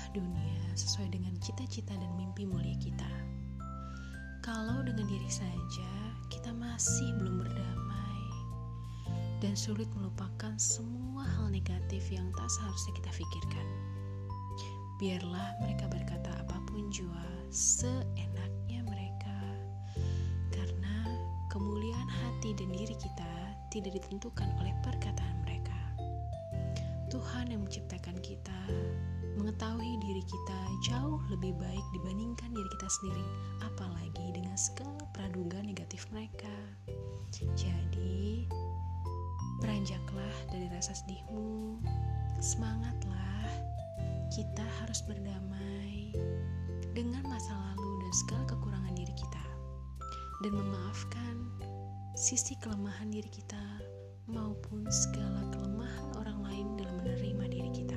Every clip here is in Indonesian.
dunia sesuai dengan cita-cita dan mimpi mulia kita. Kalau dengan diri saja kita masih belum berdamai dan sulit melupakan semua hal negatif yang tak seharusnya kita pikirkan. Biarlah mereka berkata apapun jua seenaknya mereka, karena kemuliaan hati dan diri kita tidak ditentukan oleh perkataan mereka. Tuhan yang menciptakan kita mengetahui diri kita jauh lebih baik dibandingkan diri kita sendiri, apalagi dengan segala praduga negatif mereka. Jadi, beranjaklah dari rasa sedihmu, semangatlah, kita harus berdamai dengan masa lalu dan segala kekurangan diri kita, dan memaafkan sisi kelemahan diri kita maupun segala kelemahan orang lain dalam menerima diri kita.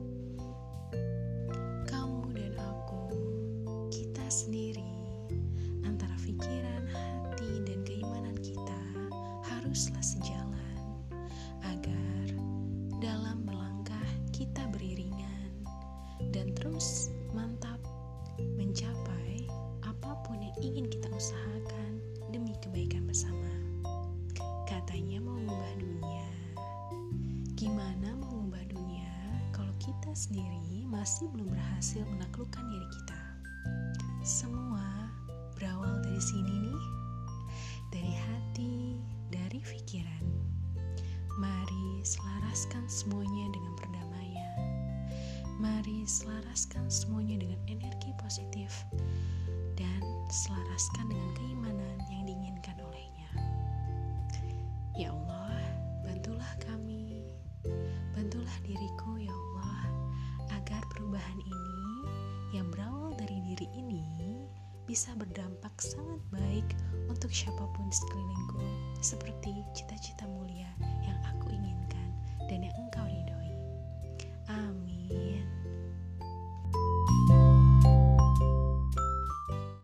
Kamu dan aku, kita sendiri, antara pikiran, hati, dan keimanan kita haruslah sejalan agar dalam melangkah kita beriringan dan terus mantap mencapai apapun yang ingin kita usahakan demi kebaikan bersama. Katanya mau mengubah dunia. Gimana mau mengubah dunia kalau kita sendiri masih belum berhasil menaklukkan diri kita? Semua berawal dari sini nih, dari hati, dari pikiran. Mari selaraskan semuanya dengan perdamaian. Mari selaraskan semuanya dengan energi positif dan selaraskan dengan keimanan yang diinginkan olehnya. Ya Allah, bantulah kami, bantulah diriku ya Allah, agar perubahan ini yang berawal dari diri ini bisa berdampak sangat baik untuk siapapun di sekelilingku, seperti cita-cita mulia yang aku